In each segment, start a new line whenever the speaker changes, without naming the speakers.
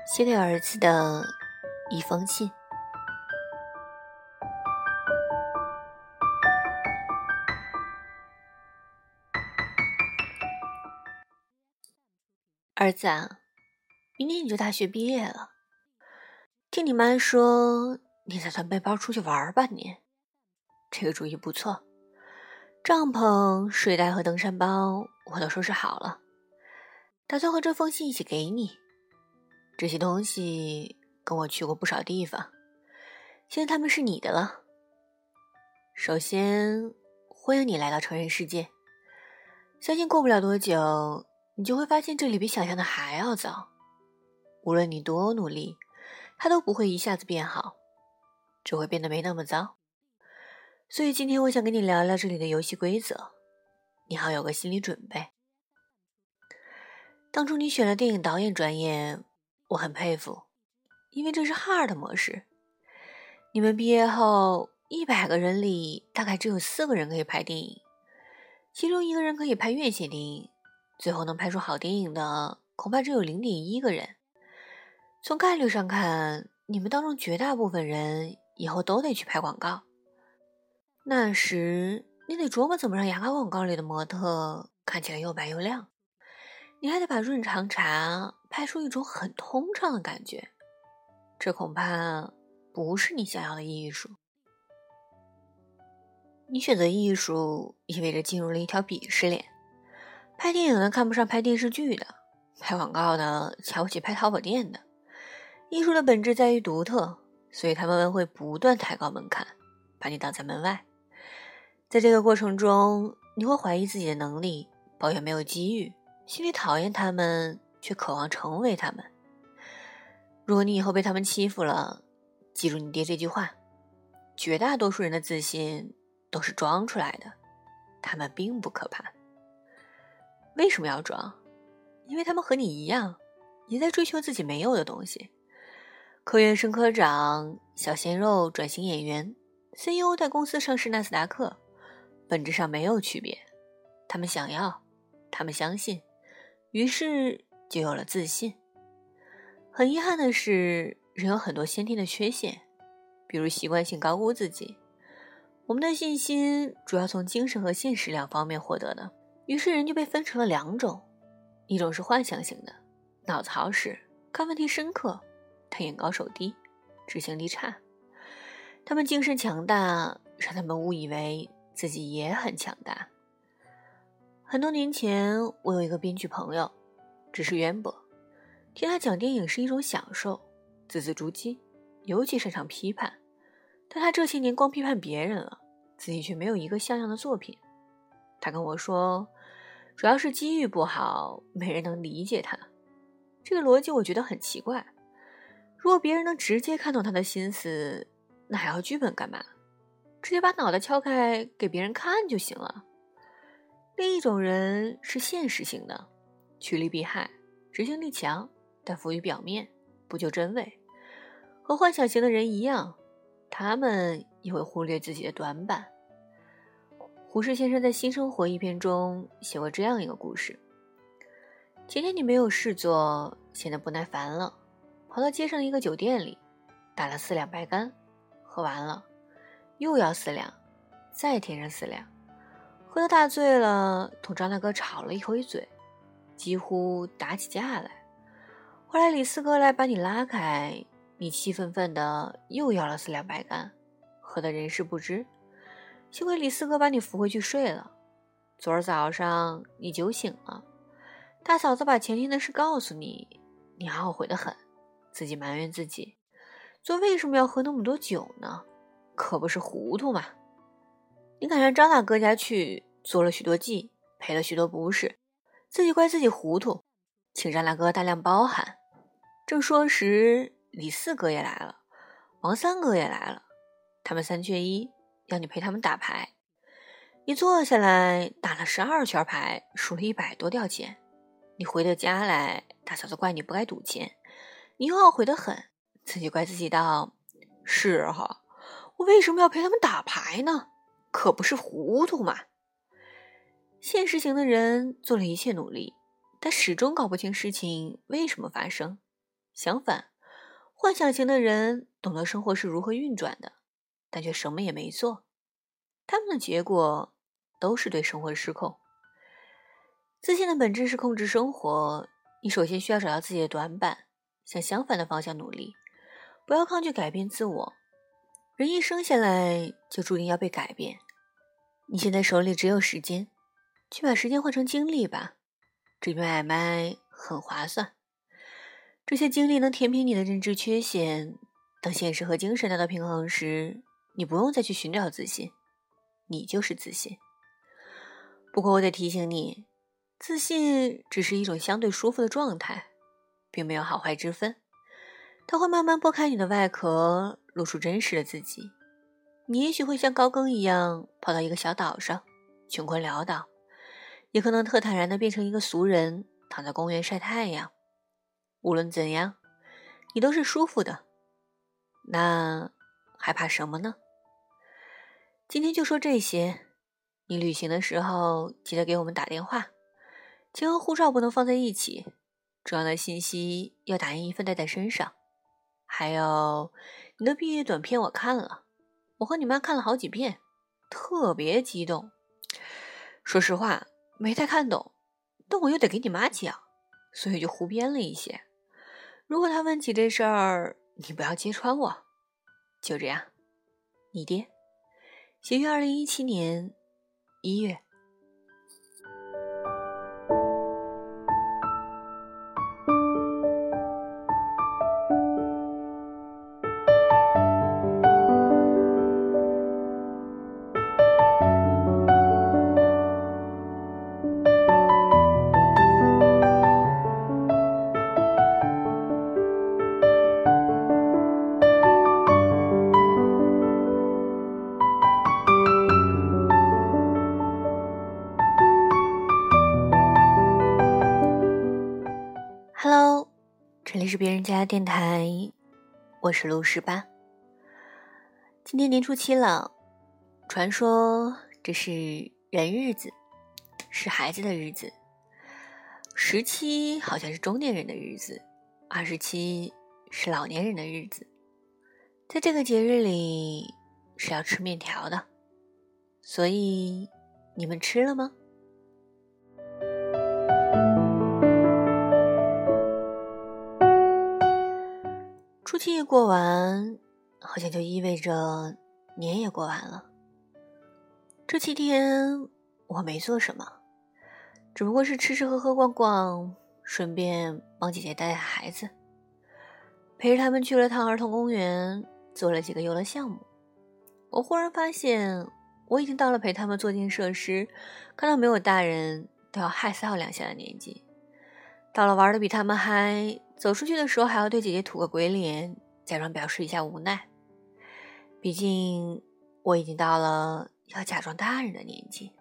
写给儿子的一封信。儿子啊，明年你就大学毕业了。听你妈说，你打算背包出去玩半年，这个主意不错。帐篷、睡袋和登山包我都收拾好了，打算和这封信一起给你。这些东西跟我去过不少地方，现在他们是你的了。首先，欢迎你来到成人世界。相信过不了多久，你就会发现这里比想象的还要糟。无论你多努力，它都不会一下子变好，只会变得没那么糟。所以今天我想跟你聊聊这里的游戏规则，你好有个心理准备。当初你选了电影导演专业，我很佩服，因为这是 hard 模式。你们毕业后100个人里大概只有4个人可以拍电影，其中1个人可以拍院线电影，最后能拍出好电影的恐怕只有0.1个人。从概率上看，你们当中绝大部分人以后都得去拍广告。那时你得琢磨怎么让牙膏广告里的模特看起来又白又亮，你还得把润肠茶拍出一种很通畅的感觉，这恐怕不是你想要的艺术。你选择艺术意味着进入了一条鄙视链，拍电影的看不上拍电视剧的，拍广告的瞧不起拍淘宝店的。艺术的本质在于独特，所以他们会不断抬高门槛，把你挡在门外。在这个过程中，你会怀疑自己的能力，抱怨没有机遇，心里讨厌他们，却渴望成为他们。如果你以后被他们欺负了，记住你爹这句话，绝大多数人的自信都是装出来的，他们并不可怕。为什么要装？因为他们和你一样，也在追求自己没有的东西。科院升科长，小鲜肉转型演员， CEO 在公司上市纳斯达克，本质上没有区别。他们想要，他们相信，于是就有了自信。很遗憾的是，人有很多先天的缺陷，比如习惯性高估自己。我们的信心主要从精神和现实2方面获得的，于是人就被分成了2种，一种是幻想型的，脑子好使，看问题深刻，但眼高手低，执行力差。他们精神强大，让他们误以为自己也很强大。很多年前，我有一个编剧朋友，知识渊博，听他讲电影是一种享受，字字珠玑，尤其擅长批判。但他这些年光批判别人了，自己却没有一个像样的作品。他跟我说，主要是机遇不好，没人能理解他。这个逻辑我觉得很奇怪。如果别人能直接看懂他的心思，那还要剧本干嘛？直接把脑袋敲开给别人看就行了。另一种人是现实性的，趋利避害，执行力强，但浮于表面，不究真伪。和幻想型的人一样，他们也会忽略自己的短板。胡适先生在《新生活》一篇中写过这样一个故事：前天你没有事做，显得不耐烦了，跑到街上一个酒店里，打了4两白干，喝完了又要4两，再添上4两，喝得大醉了，同张大哥吵了一回嘴，几乎打起架来。后来李四哥来把你拉开，你气愤愤的又要了4两白干，喝得人事不知。幸亏李四哥把你扶回去睡了。昨儿早上你酒醒了，大嫂子把前天的事告诉你，你懊悔得很，自己埋怨自己，昨为什么要喝那么多酒呢？可不是糊涂嘛。你赶上张大哥家去，做了许多计，赔了许多不是，自己怪自己糊涂，请张大哥大量包涵。正说时，李四哥也来了，王三哥也来了，他们3缺1，要你陪他们打牌。你坐下来打了12圈牌，输了100多吊钱。你回到家来，大嫂子怪你不该赌钱，你又懊悔得很，自己怪自己道：是哈，我为什么要陪他们打牌呢？可不是糊涂嘛。现实型的人做了一切努力，但始终搞不清事情为什么发生， 相反，幻想型的人懂得生活是如何运转的，但却什么也没做，他们的结果都是对生活失控。自信的本质是控制生活，你首先需要找到自己的短板，向相反的方向努力，不要抗拒改变自我。人一生下来就注定要被改变，你现在手里只有时间，去把时间换成精力吧，这笔买卖很划算。这些经历能填平你的认知缺陷，当现实和精神达到平衡时，你不用再去寻找自信，你就是自信。不过我得提醒你，自信只是一种相对舒服的状态，并没有好坏之分。它会慢慢剥开你的外壳，露出真实的自己。你也许会像高更一样跑到一个小岛上，穷困潦倒，也可能特坦然地变成一个俗人，躺在公园晒太阳。无论怎样，你都是舒服的，那还怕什么呢？今天就说这些。你旅行的时候记得给我们打电话，钱和护照不能放在一起，重要的信息要打印一份带在身上。还有，你的毕业短片我看了，我和你妈看了好几遍，特别激动。说实话，没太看懂，但我又得给你妈讲，所以就胡编了一些。如果她问起这事儿，你不要揭穿我。就这样，你爹。写于2017年1月。Hello， 这里是别人家电台，我是陆18。今天年初7了，传说这是人日子，是孩子的日子。17好像是中年人的日子，27是老年人的日子。在这个节日里是要吃面条的，所以你们吃了吗？初七一过完，好像就意味着年也过完了。这7天我没做什么，只不过是吃吃喝喝逛逛，顺便帮姐姐带孩子，陪着他们去了趟儿童公园，做了几个游乐项目。我忽然发现，我已经到了陪他们坐进设施，看到没有大人都要害臊2下的年纪。到了玩的比他们嗨，走出去的时候还要对姐姐吐个鬼脸，假装表示一下无奈。毕竟我已经到了要假装大人的年纪。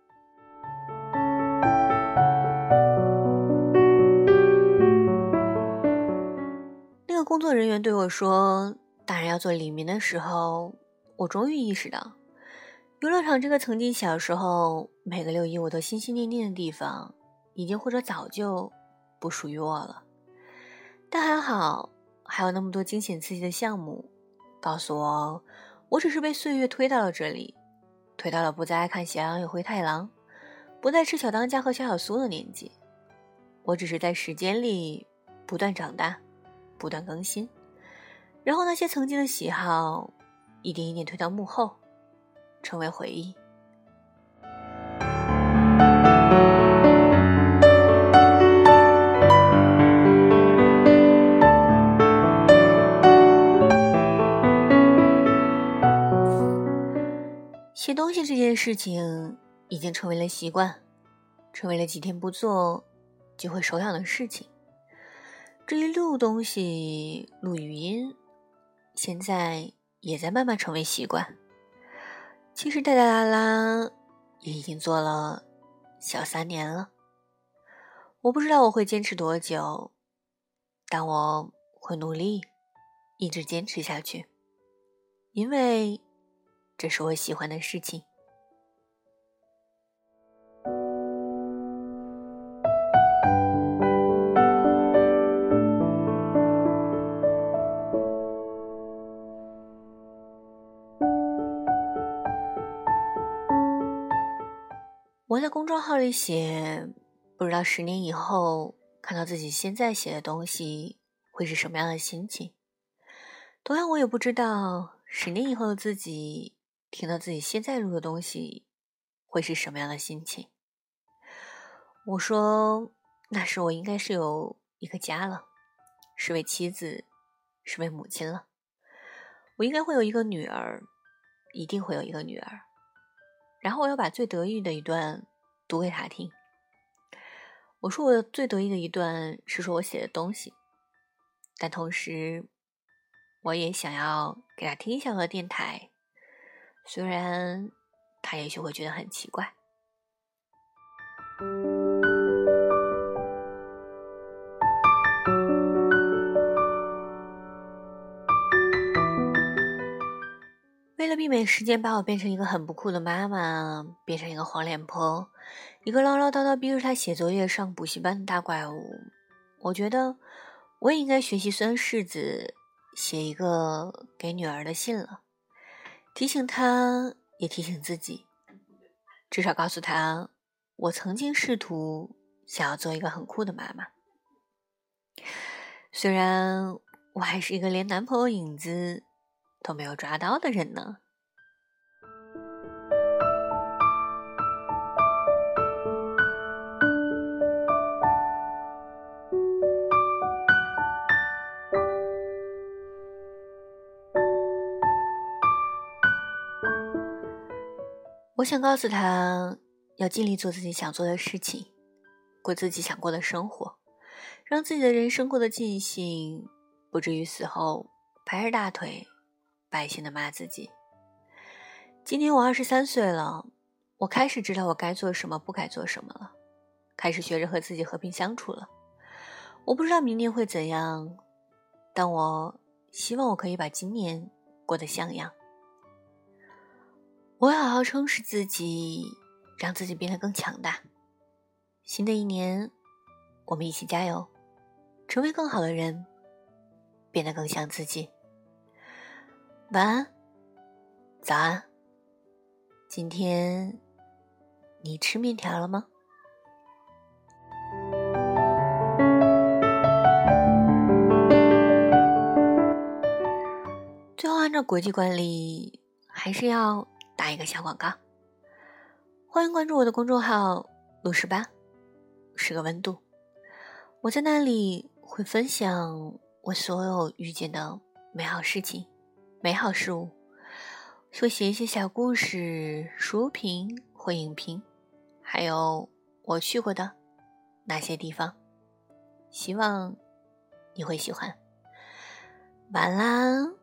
那个工作人员对我说，大人要做黎明的时候，我终于意识到，游乐场这个曾经小时候每个6一我都心心念念的地方，已经或者早就不属于我了。但还好，还有那么多惊险刺激的项目，告诉我，我只是被岁月推到了这里，推到了不再爱看《喜羊羊与灰太狼》，不再吃小当家和小小酥的年纪。我只是在时间里不断长大，不断更新，然后那些曾经的喜好，一点一点推到幕后，成为回忆。写东西这件事情已经成为了习惯，成为了几天不做就会手痒的事情。至于录东西、录语音，现在也在慢慢成为习惯。其实大大啦啦也已经做了小3年了。我不知道我会坚持多久，但我会努力一直坚持下去，因为这是我喜欢的事情。 我在公众号里写，不知道10年以后看到自己现在写的东西会是什么样的心情。同样，我也不知道10年以后的自己听到自己现在录的东西会是什么样的心情。我说，那时我应该是有一个家了，是位妻子，是位母亲了。我应该会有一个女儿，一定会有一个女儿。然后我要把最得意的一段读给她听。我说我最得意的一段是说我写的东西，但同时我也想要给她听一下我的电台，虽然她也许会觉得很奇怪。为了避免时间把我变成一个很不酷的妈妈，变成一个黄脸婆，一个唠唠叨叨逼着她写作业上补习班的大怪物，我觉得我也应该学习孙世子写一个给女儿的信了，提醒她也提醒自己，至少告诉她我曾经试图想要做一个很酷的妈妈，虽然我还是一个连男朋友影子都没有抓到的人呢。我想告诉他，要尽力做自己想做的事情，过自己想过的生活，让自己的人生过得尽兴，不至于死后拍着大腿百姓的骂自己。今年我23岁了，我开始知道我该做什么不该做什么了，开始学着和自己和平相处了。我不知道明年会怎样，但我希望我可以把今年过得像样。我要好好充实自己，让自己变得更强大。新的一年，我们一起加油，成为更好的人，变得更像自己。晚安，早安。今天你吃面条了吗？最后按照国际惯例，还是要打一个小广告。欢迎关注我的公众号陆18，是个温度。我在那里会分享我所有遇见的美好事情、美好事物，会写一些小故事、书评或影评，还有我去过的那些地方，希望你会喜欢。晚安。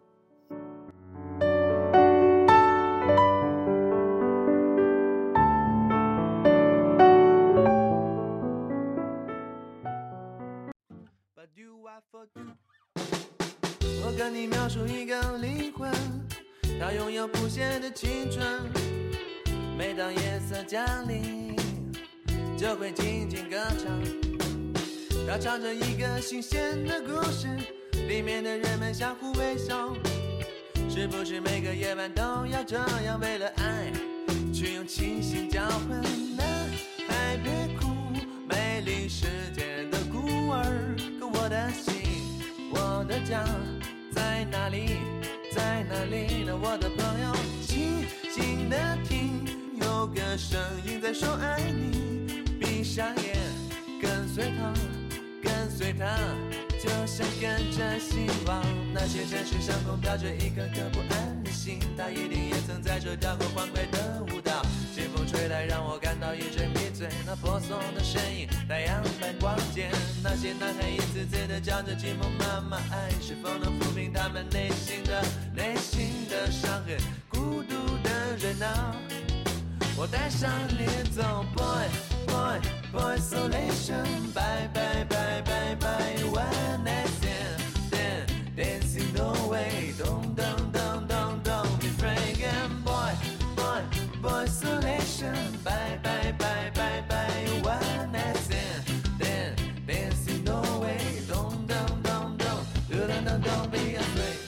我跟你描述一个灵魂，它拥有不懈的青春。每当夜色降临，就会静静歌唱。它唱着一个新鲜的故事，里面的人们相互微笑。是不是每个夜晚都要这样，为了爱去用清醒交换？男孩别哭，美丽世界的孤儿，可我的心，我的家在哪里？在哪里呢？我的朋友，静静地听，有个声音在说爱你。闭上眼，跟随他，跟随他，就像跟着希望。那些城市上空飘着一颗颗不安的心，他一定也曾在这跳过欢快的舞蹈。清风吹来，让我感到一阵迷醉。那婆娑的身影，太阳般光洁。那些男孩一次次地叫着寂寞妈妈，爱是否能抚平他们内心的伤痕？孤独的人啊，我带上脸走 ，boy boy boy isolation， bye bye bye bye bye one night stand dancing the way， don't don't don't don't don't be afraid again， boy boy boy isolation， bye bye bye bye bye one night stand dancing the way， don't don't don't don't don't don't don't be afraid。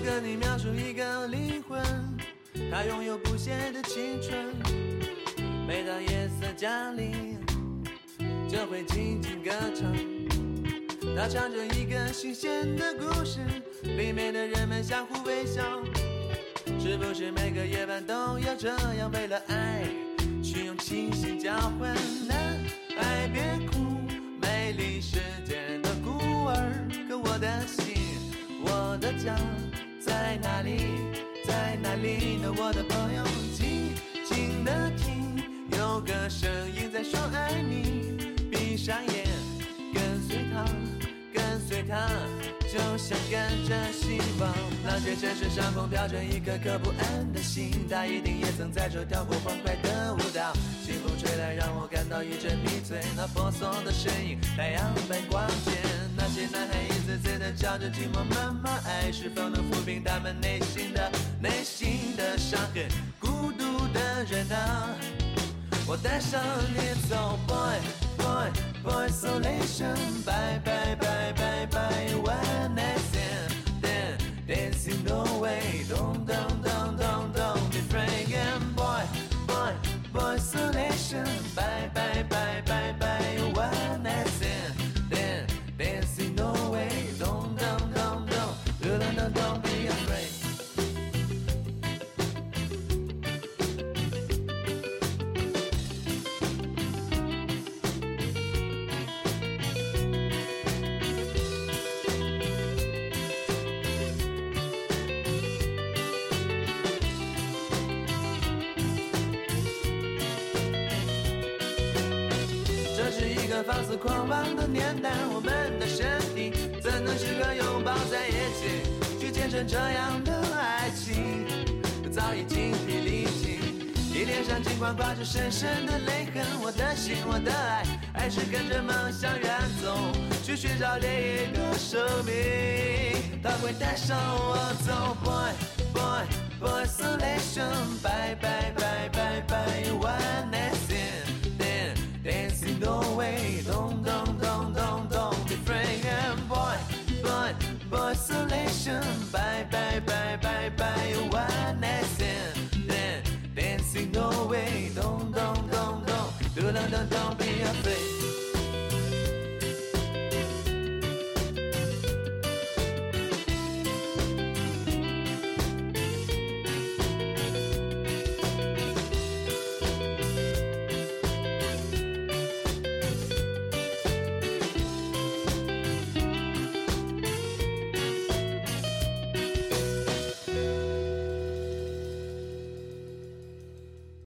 跟你描述一个灵魂，它拥有不懈的青春。每当夜色降临，就会静静歌唱。它唱着一个新鲜的故事，里面的人们相互微笑。是不是每个夜晚都要这样，为了爱去用清醒交换？爱别哭，美丽世界的孤儿。可我的心，我的家在哪里？在哪里呢？我的朋友，静静的听，有个声音在说爱你。闭上眼，跟随他，跟随他，就像跟着希望。那些城市上空飘着一颗颗不安的心，他一定也曾在这跳过欢快的舞蹈。清风吹来，让我感到一阵迷醉。那婆娑的身影，太阳般光洁。那些男孩一次次地叫着寂寞妈妈，爱是否能抚平他们内心的伤痕？孤独的人啊，我带上你走 ，boy boy boy isolation， bye bye bye bye bye one night stand dancing no way， don't be afraid again boy boy boy isolation， bye bye bye bye bye one night stand dancing no way， don't be afraid。这是一个放肆狂妄的年代，我们的身体怎能时刻拥抱在一起，去见证这样的爱情？早已精疲力尽，你脸上尽管挂着深深的泪痕。我的心，我的爱，还是跟着梦想远走，去寻找另一个生命，它会带上我走。Boy boy boy isolation， bye bye bye bye bye one night stand。Dancing no way, don't be afraid. And boy, boy, boy isolation, bye bye bye bye bye one night stand. Dancing no way, don't be afraid.